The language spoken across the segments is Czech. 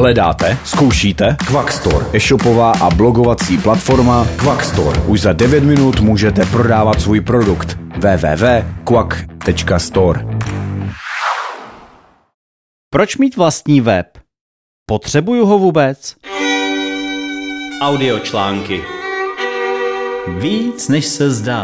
Hledáte? Zkoušíte? Quackstore, e-shopová a blogovací platforma Quackstore. Už za 9 minut můžete prodávat svůj produkt. www.quack.store. Proč mít vlastní web? Potřebuju ho vůbec? Audiočlánky. Víc, než se zdá.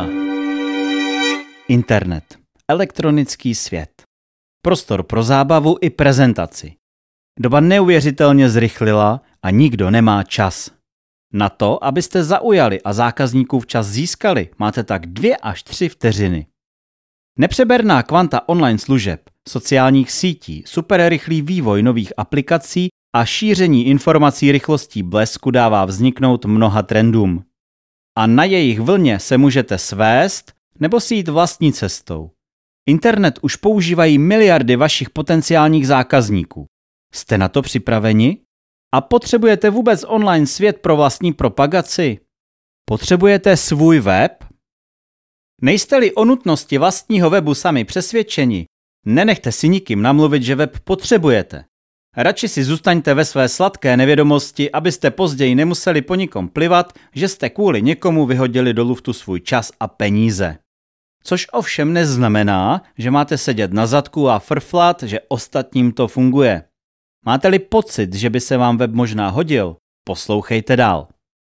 Internet. Elektronický svět. Prostor pro zábavu i prezentaci. Doba neuvěřitelně zrychlila a nikdo nemá čas. Na to, abyste zaujali a zákazníků včas získali, máte tak 2 až 3 vteřiny. Nepřeberná kvanta online služeb, sociálních sítí, superrychlý vývoj nových aplikací a šíření informací rychlostí blesku dává vzniknout mnoha trendům. A na jejich vlně se můžete svést nebo si jít vlastní cestou. Internet už používají miliardy vašich potenciálních zákazníků. Jste na to připraveni? A potřebujete vůbec online svět pro vlastní propagaci? Potřebujete svůj web? Nejste-li o nutnosti vlastního webu sami přesvědčeni, nenechte si nikým namluvit, že web potřebujete. Radši si zůstaňte ve své sladké nevědomosti, abyste později nemuseli po nikom plivat, že jste kvůli někomu vyhodili do luftu svůj čas a peníze. Což ovšem neznamená, že máte sedět na zadku a frflat, že ostatním to funguje. Máte-li pocit, že by se vám web možná hodil, poslouchejte dál.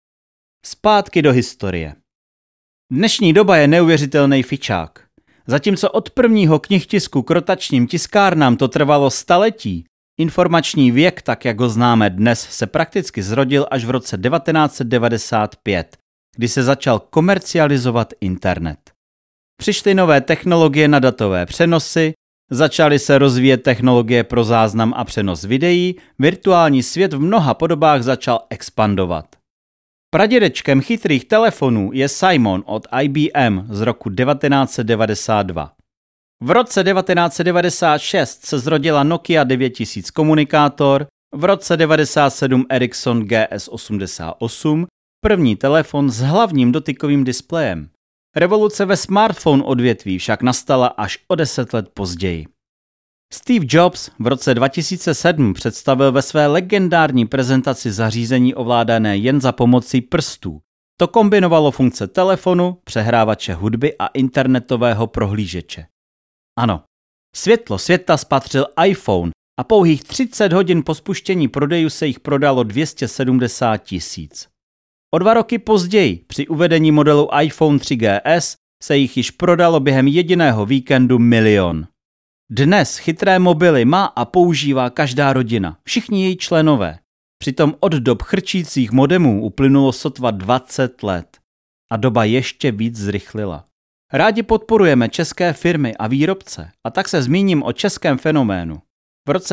Zpátky do historie. Dnešní doba je neuvěřitelný fičák. Zatímco od prvního knihtisku k rotačním tiskárnám to trvalo staletí, informační věk, tak jak ho známe dnes, se prakticky zrodil až v roce 1995, kdy se začal komercializovat internet. Přišly nové technologie na datové přenosy, začaly se rozvíjet technologie pro záznam a přenos videí, virtuální svět v mnoha podobách začal expandovat. Pradědečkem chytrých telefonů je Simon od IBM z roku 1992. V roce 1996 se zrodila Nokia 9000 komunikátor, v roce 1997 Ericsson GS88, první telefon s hlavním dotykovým displejem. Revoluce ve smartphone odvětví však nastala až o 10 let později. Steve Jobs v roce 2007 představil ve své legendární prezentaci zařízení ovládané jen za pomocí prstů. To kombinovalo funkce telefonu, přehrávače hudby a internetového prohlížeče. Ano, světlo světa spatřil iPhone a pouhých 30 hodin po spuštění prodejů se jich prodalo 270 000. O 2 roky později, při uvedení modelu iPhone 3GS, se jich již prodalo během jediného víkendu 1 000 000. Dnes chytré mobily má a používá každá rodina, všichni její členové. Přitom od dob chrčících modemů uplynulo sotva 20 let. A doba ještě víc zrychlila. Rádi podporujeme české firmy a výrobce, a tak se zmíním o českém fenoménu. V roce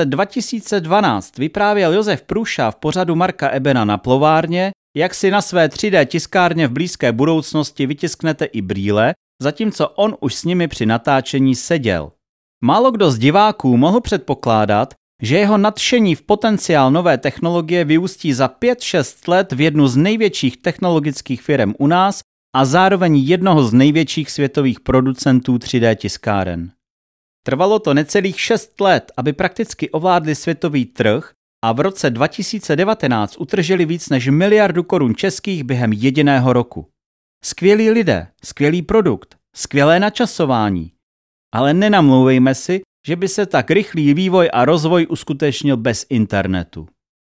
2012 vyprávěl Josef Průša v pořadu Marka Ebena na Plovárně, jak si na své 3D tiskárně v blízké budoucnosti vytisknete i brýle, zatímco on už s nimi při natáčení seděl. Málo kdo z diváků mohl předpokládat, že jeho nadšení v potenciál nové technologie vyústí za 5-6 let v jednu z největších technologických firem u nás a zároveň jednoho z největších světových producentů 3D tiskáren. Trvalo to necelých 6 let, aby prakticky ovládli světový trh a v roce 2019 utržili víc než 1 miliardu korun českých během jediného roku. Skvělí lidé, skvělý produkt, skvělé načasování. Ale nenamlouvejme si, že by se tak rychlý vývoj a rozvoj uskutečnil bez internetu.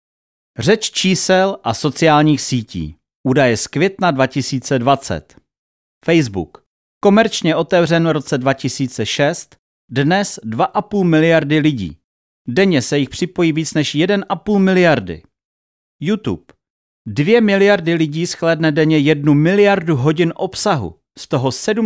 Řeč čísel a sociálních sítí. Údaje z května 2020. Facebook. Komerčně otevřen v roce 2006, dnes 2,5 miliardy lidí. Denně se jich připojí víc než 1,5 miliardy. YouTube. 2 miliardy lidí shlédne denně 1 miliardu hodin obsahu, z toho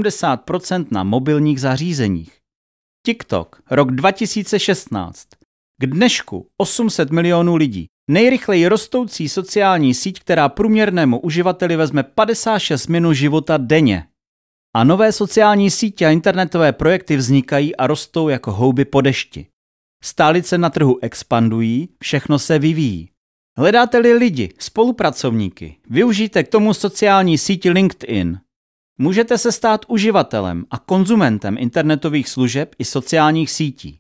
70% na mobilních zařízeních. TikTok, rok 2016. K dnešku 800 milionů lidí. Nejrychleji rostoucí sociální síť, která průměrnému uživateli vezme 56 minut života denně. A nové sociální sítě a internetové projekty vznikají a rostou jako houby po dešti. Stálice na trhu expandují, všechno se vyvíjí. Hledáte-li lidi, spolupracovníky, využijte k tomu sociální síť LinkedIn. Můžete se stát uživatelem a konzumentem internetových služeb i sociálních sítí.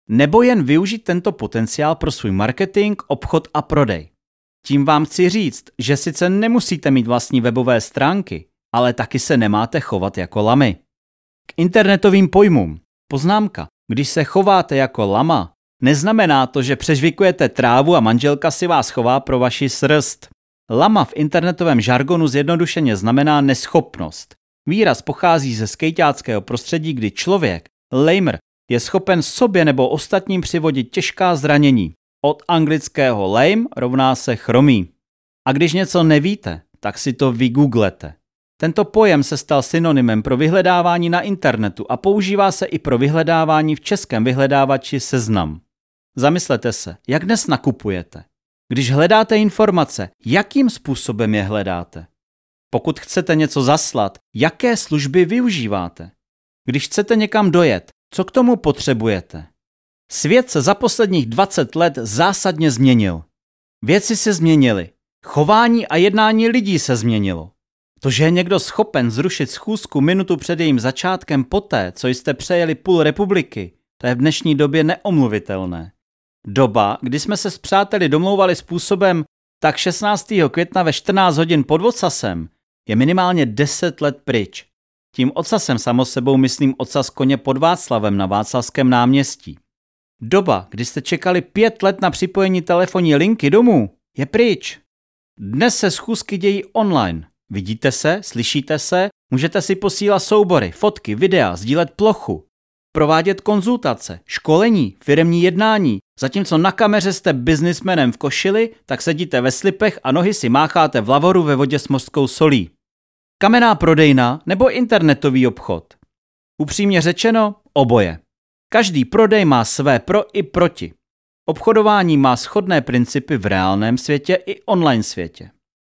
nebo jen využít tento potenciál pro svůj marketing, obchod a prodej. Tím vám chci říct, že sice nemusíte mít vlastní webové stránky, ale taky se nemáte chovat jako lamy. K internetovým pojmům. Poznámka. Když se chováte jako lama, neznamená to, že přežvikujete trávu a manželka si vás chová pro vaši srst. Lama v internetovém žargonu zjednodušeně znamená neschopnost. Výraz pochází ze skejťáckého prostředí, kdy člověk, lamer, je schopen sobě nebo ostatním přivodit těžká zranění. Od anglického lame rovná se chromý. A když něco nevíte, tak si to vygooglete. Tento pojem se stal synonymem pro vyhledávání na internetu a používá se i pro vyhledávání v českém vyhledávači Seznam. Zamyslete se, jak dnes nakupujete. Když hledáte informace, jakým způsobem je hledáte? Pokud chcete něco zaslat, jaké služby využíváte? Když chcete někam dojet, co k tomu potřebujete? Svět se za posledních 20 let zásadně změnil. Věci se změnily. Chování a jednání lidí se změnilo. To, že je někdo schopen zrušit schůzku minutu před jejím začátkem poté, co jste přejeli půl republiky, to je v dnešní době neomluvitelné. Doba, kdy jsme se s přáteli domlouvali způsobem tak 16. května ve 14 hodin pod ocasem, je minimálně 10 let pryč. Tím ocasem samo sebou myslím ocas koně pod Václavem na Václavském náměstí. Doba, kdy jste čekali 5 let na připojení telefonní linky domů, je pryč. Dnes se schůzky dějí online. Vidíte se, slyšíte se, můžete si posílat soubory, fotky, videa, sdílet plochu, provádět konzultace, školení, firemní jednání. Zatímco na kameře jste businessmanem v košili, tak sedíte ve slipech a nohy si mácháte v lavoru ve vodě s mořskou solí. Kamenná prodejna nebo internetový obchod? Upřímně řečeno, oboje. Každý prodej má své pro i proti. Obchodování má shodné principy v reálném světě i online světě.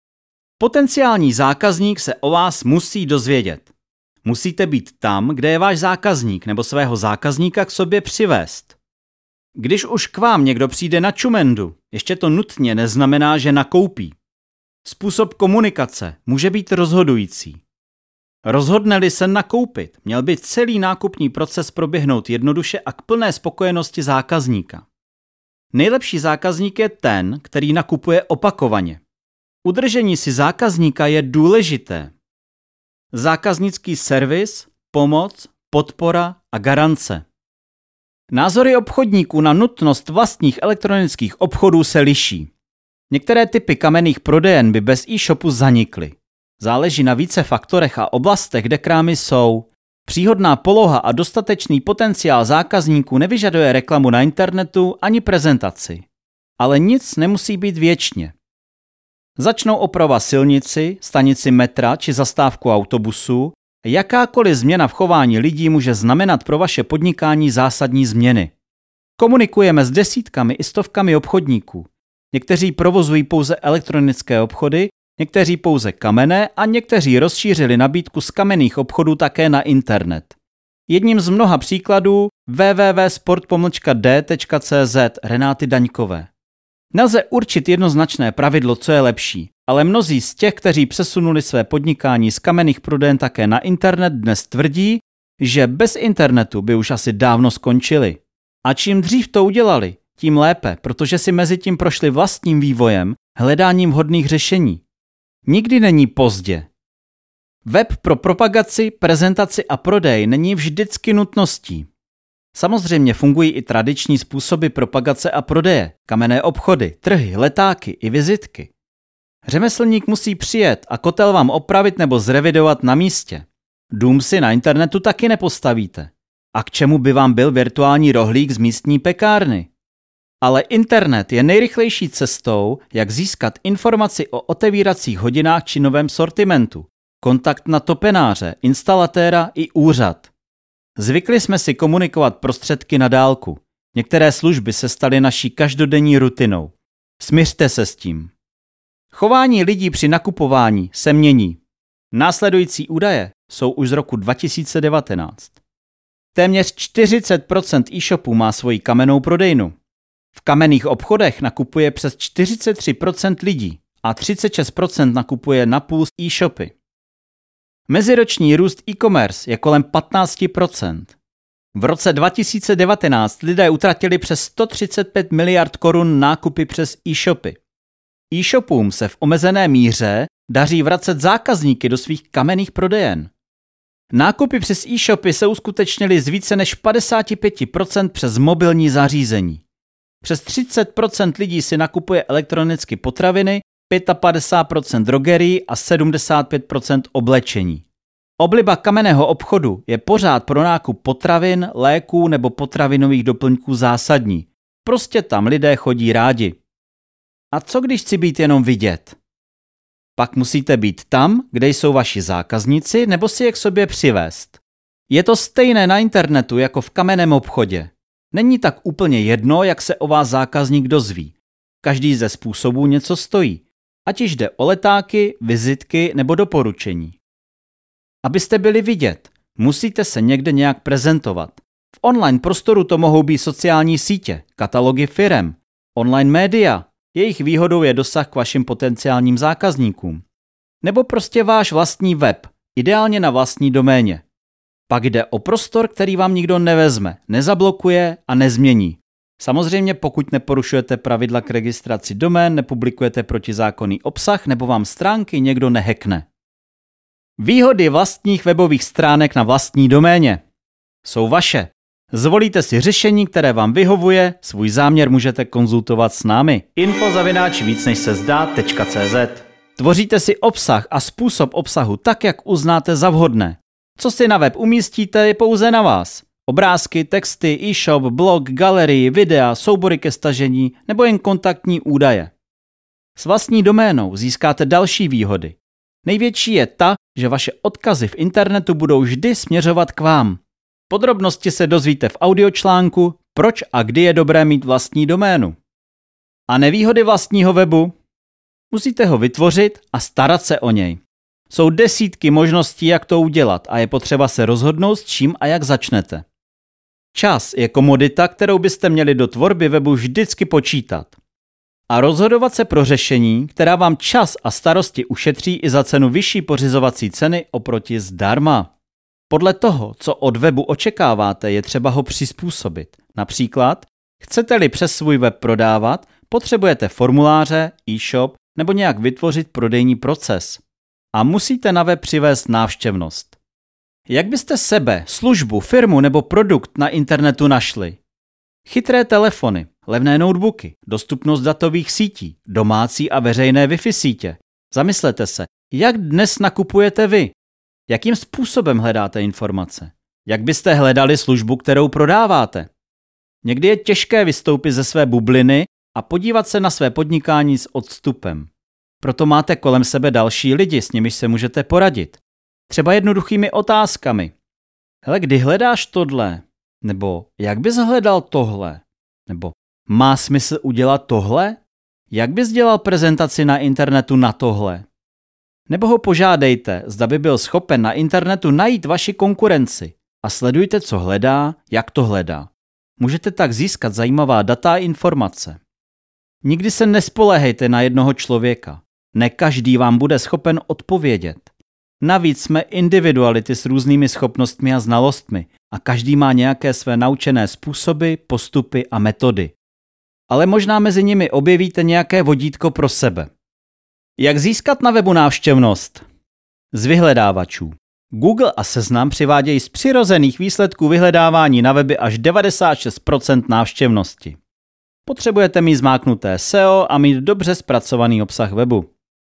Potenciální zákazník se o vás musí dozvědět. Musíte být tam, kde je váš zákazník, nebo svého zákazníka k sobě přivést. Když už k vám někdo přijde na čumendu, ještě to nutně neznamená, že nakoupí. Způsob komunikace může být rozhodující. Rozhodne-li se nakoupit, měl by celý nákupní proces proběhnout jednoduše a k plné spokojenosti zákazníka. Nejlepší zákazník je ten, který nakupuje opakovaně. Udržení si zákazníka je důležité. Zákaznický servis, pomoc, podpora a garance. Názory obchodníků na nutnost vlastních elektronických obchodů se liší. Některé typy kamenných prodejen by bez e-shopu zanikly. Záleží na více faktorech a oblastech, kde krámy jsou. Příhodná poloha a dostatečný potenciál zákazníků nevyžaduje reklamu na internetu ani prezentaci. Ale nic nemusí být věčně. Začnou oprava silnici, stanici metra či zastávku autobusu, jakákoliv změna v chování lidí může znamenat pro vaše podnikání zásadní změny. Komunikujeme s desítkami i stovkami obchodníků. Někteří provozují pouze elektronické obchody, někteří pouze kamenné a někteří rozšířili nabídku z kamenných obchodů také na internet. Jedním z mnoha příkladů www.sport-d.cz Renáty Daňkové. Nelze určit jednoznačné pravidlo, co je lepší, ale mnozí z těch, kteří přesunuli své podnikání z kamenných prodejen také na internet, dnes tvrdí, že bez internetu by už asi dávno skončili. A čím dřív to udělali, tím lépe, protože si mezi tím prošli vlastním vývojem, hledáním vhodných řešení. Nikdy není pozdě. Web pro propagaci, prezentaci a prodej není vždycky nutností. Samozřejmě fungují i tradiční způsoby propagace a prodeje, kamenné obchody, trhy, letáky i vizitky. Řemeslník musí přijet a kotel vám opravit nebo zrevidovat na místě. Dům si na internetu taky nepostavíte. A k čemu by vám byl virtuální rohlík z místní pekárny? Ale internet je nejrychlejší cestou, jak získat informaci o otevíracích hodinách či novém sortimentu, kontakt na topenáře, instalatéra i úřad. Zvykli jsme si komunikovat prostředky na dálku. Některé služby se staly naší každodenní rutinou. Smiřte se s tím. Chování lidí při nakupování se mění. Následující údaje jsou už z roku 2019. Téměř 40% e-shopů má svoji kamennou prodejnu. V kamenných obchodech nakupuje přes 43% lidí a 36% nakupuje napůl z e-shopy. Meziroční růst e-commerce je kolem 15%. V roce 2019 lidé utratili přes 135 miliard korun nákupy přes e-shopy. E-shopům se v omezené míře daří vracet zákazníky do svých kamenných prodejen. Nákupy přes e-shopy se uskutečnily z více než 55% přes mobilní zařízení. Přes 30% lidí si nakupuje elektronicky potraviny, 55% drogerií a 75% oblečení. Obliba kamenného obchodu je pořád pro nákup potravin, léků nebo potravinových doplňků zásadní. Prostě tam lidé chodí rádi. A co když chci být jenom vidět? Pak musíte být tam, kde jsou vaši zákazníci, nebo si je k sobě přivést. Je to stejné na internetu jako v kamenném obchodě. Není tak úplně jedno, jak se o vás zákazník dozví. Každý ze způsobů něco stojí. Ať již jde o letáky, vizitky nebo doporučení. Abyste byli vidět, musíte se někde nějak prezentovat. V online prostoru to mohou být sociální sítě, katalogy firem, online média. Jejich výhodou je dosah k vašim potenciálním zákazníkům. Nebo prostě váš vlastní web, ideálně na vlastní doméně. Pak jde o prostor, který vám nikdo nevezme, nezablokuje a nezmění. Samozřejmě pokud neporušujete pravidla k registraci domén, nepublikujete protizákonný obsah nebo vám stránky někdo nehackne. Výhody vlastních webových stránek na vlastní doméně jsou vaše. Zvolíte si řešení, které vám vyhovuje, svůj záměr můžete konzultovat s námi. info@vícnežsezdá.cz. Tvoříte si obsah a způsob obsahu tak, jak uznáte za vhodné. Co si na web umístíte, je pouze na vás. Obrázky, texty, e-shop, blog, galerii, videa, soubory ke stažení nebo jen kontaktní údaje. S vlastní doménou získáte další výhody. Největší je ta, že vaše odkazy v internetu budou vždy směřovat k vám. Podrobnosti se dozvíte v audiočlánku, proč a kdy je dobré mít vlastní doménu. A nevýhody vlastního webu? Musíte ho vytvořit a starat se o něj. Jsou desítky možností, jak to udělat a je potřeba se rozhodnout, s čím a jak začnete. Čas je komodita, kterou byste měli do tvorby webu vždycky počítat. A rozhodovat se pro řešení, která vám čas a starosti ušetří i za cenu vyšší pořizovací ceny oproti zdarma. Podle toho, co od webu očekáváte, je třeba ho přizpůsobit. Například, chcete-li přes svůj web prodávat, potřebujete formuláře, e-shop nebo nějak vytvořit prodejní proces. A musíte na web přivést návštěvnost. Jak byste sebe, službu, firmu nebo produkt na internetu našli? Chytré telefony, levné notebooky, dostupnost datových sítí, domácí a veřejné Wi-Fi sítě. Zamyslete se, jak dnes nakupujete vy? Jakým způsobem hledáte informace? Jak byste hledali službu, kterou prodáváte? Někdy je těžké vystoupit ze své bubliny a podívat se na své podnikání s odstupem. Proto máte kolem sebe další lidi, s nimiž se můžete poradit. Třeba jednoduchými otázkami. Hele, kdy hledáš tohle? Nebo jak bys hledal tohle? Nebo má smysl udělat tohle? Jak bys dělal prezentaci na internetu na tohle? Nebo ho požádejte, zda by byl schopen na internetu najít vaši konkurenci a sledujte, co hledá, jak to hledá. Můžete tak získat zajímavá data a informace. Nikdy se nespoléhejte na jednoho člověka. Ne každý vám bude schopen odpovědět. Navíc jsme individuality s různými schopnostmi a znalostmi a každý má nějaké své naučené způsoby, postupy a metody. Ale možná mezi nimi objevíte nějaké vodítko pro sebe. Jak získat na webu návštěvnost? Z vyhledávačů. Google a Seznam přivádějí z přirozených výsledků vyhledávání na weby až 96% návštěvnosti. Potřebujete mít zmáknuté SEO a mít dobře zpracovaný obsah webu.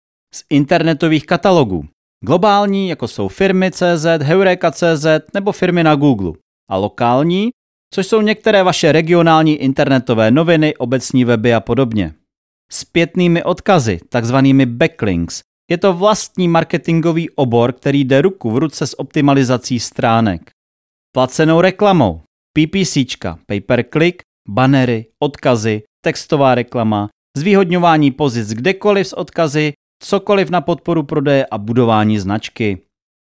Z internetových katalogů. Globální, jako jsou firmy.cz, Heureka.cz nebo firmy na Google. A lokální, což jsou některé vaše regionální internetové noviny, obecní weby a podobně. Zpětnými odkazy, takzvanými backlinks. Je to vlastní marketingový obor, který jde ruku v ruce s optimalizací stránek. Placenou reklamou. PPCčka, pay-per-click, banery, odkazy, textová reklama, zvýhodňování pozic kdekoliv s odkazy, cokoliv na podporu prodeje a budování značky.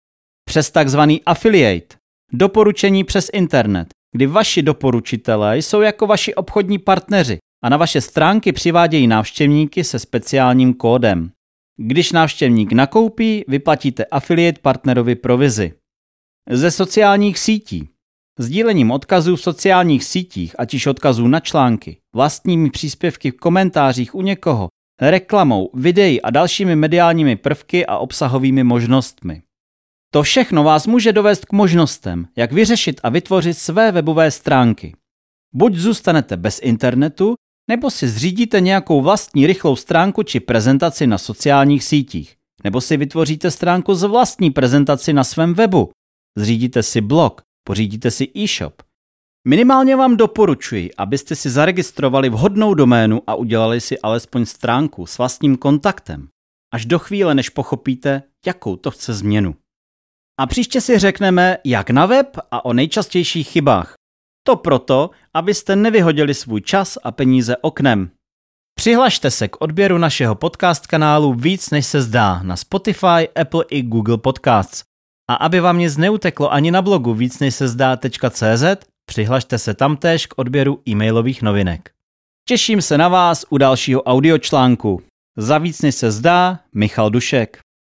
Přes takzvaný affiliate, doporučení přes internet, kdy vaši doporučitelé jsou jako vaši obchodní partneři a na vaše stránky přivádějí návštěvníky se speciálním kódem. Když návštěvník nakoupí, vyplatíte affiliate partnerovi provizi. Ze sociálních sítí. Sdílením odkazů v sociálních sítích, ať již odkazů na články, vlastními příspěvky v komentářích u někoho, reklamou, videí a dalšími mediálními prvky a obsahovými možnostmi. To všechno vás může dovést k možnostem, jak vyřešit a vytvořit své webové stránky. Buď zůstanete bez internetu, nebo si zřídíte nějakou vlastní rychlou stránku či prezentaci na sociálních sítích, nebo si vytvoříte stránku s vlastní prezentaci na svém webu, zřídíte si blog, pořídíte si e-shop. Minimálně vám doporučuji, abyste si zaregistrovali vhodnou doménu a udělali si alespoň stránku s vlastním kontaktem, až do chvíle, než pochopíte, jakou to chce změnu. A příště si řekneme, jak na web a o nejčastějších chybách. To proto, abyste nevyhodili svůj čas a peníze oknem. Přihlašte se k odběru našeho podcast kanálu Víc než se zdá na Spotify, Apple i Google Podcasts. A aby vám nic neuteklo ani na blogu vícnežsezdá.cz, přihlašte se tamtéž k odběru e-mailových novinek. Těším se na vás u dalšího audiočlánku. Za Víc než se zdá, Michal Dušek.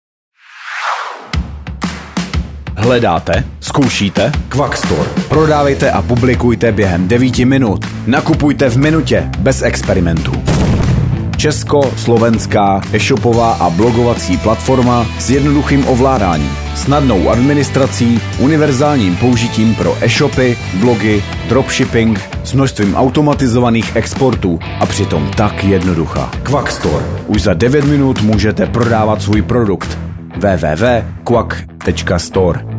Hledáte? Zkoušíte? Quackstore. Prodávejte a publikujte během 9 minut. Nakupujte v minutě, bez experimentů. Česko-slovenská e-shopová a blogovací platforma s jednoduchým ovládáním, snadnou administrací, univerzálním použitím pro e-shopy, blogy, dropshipping, s množstvím automatizovaných exportů a přitom tak jednoduchá. Quackstore. Už za 9 minut můžete prodávat svůj produkt. www.quack.store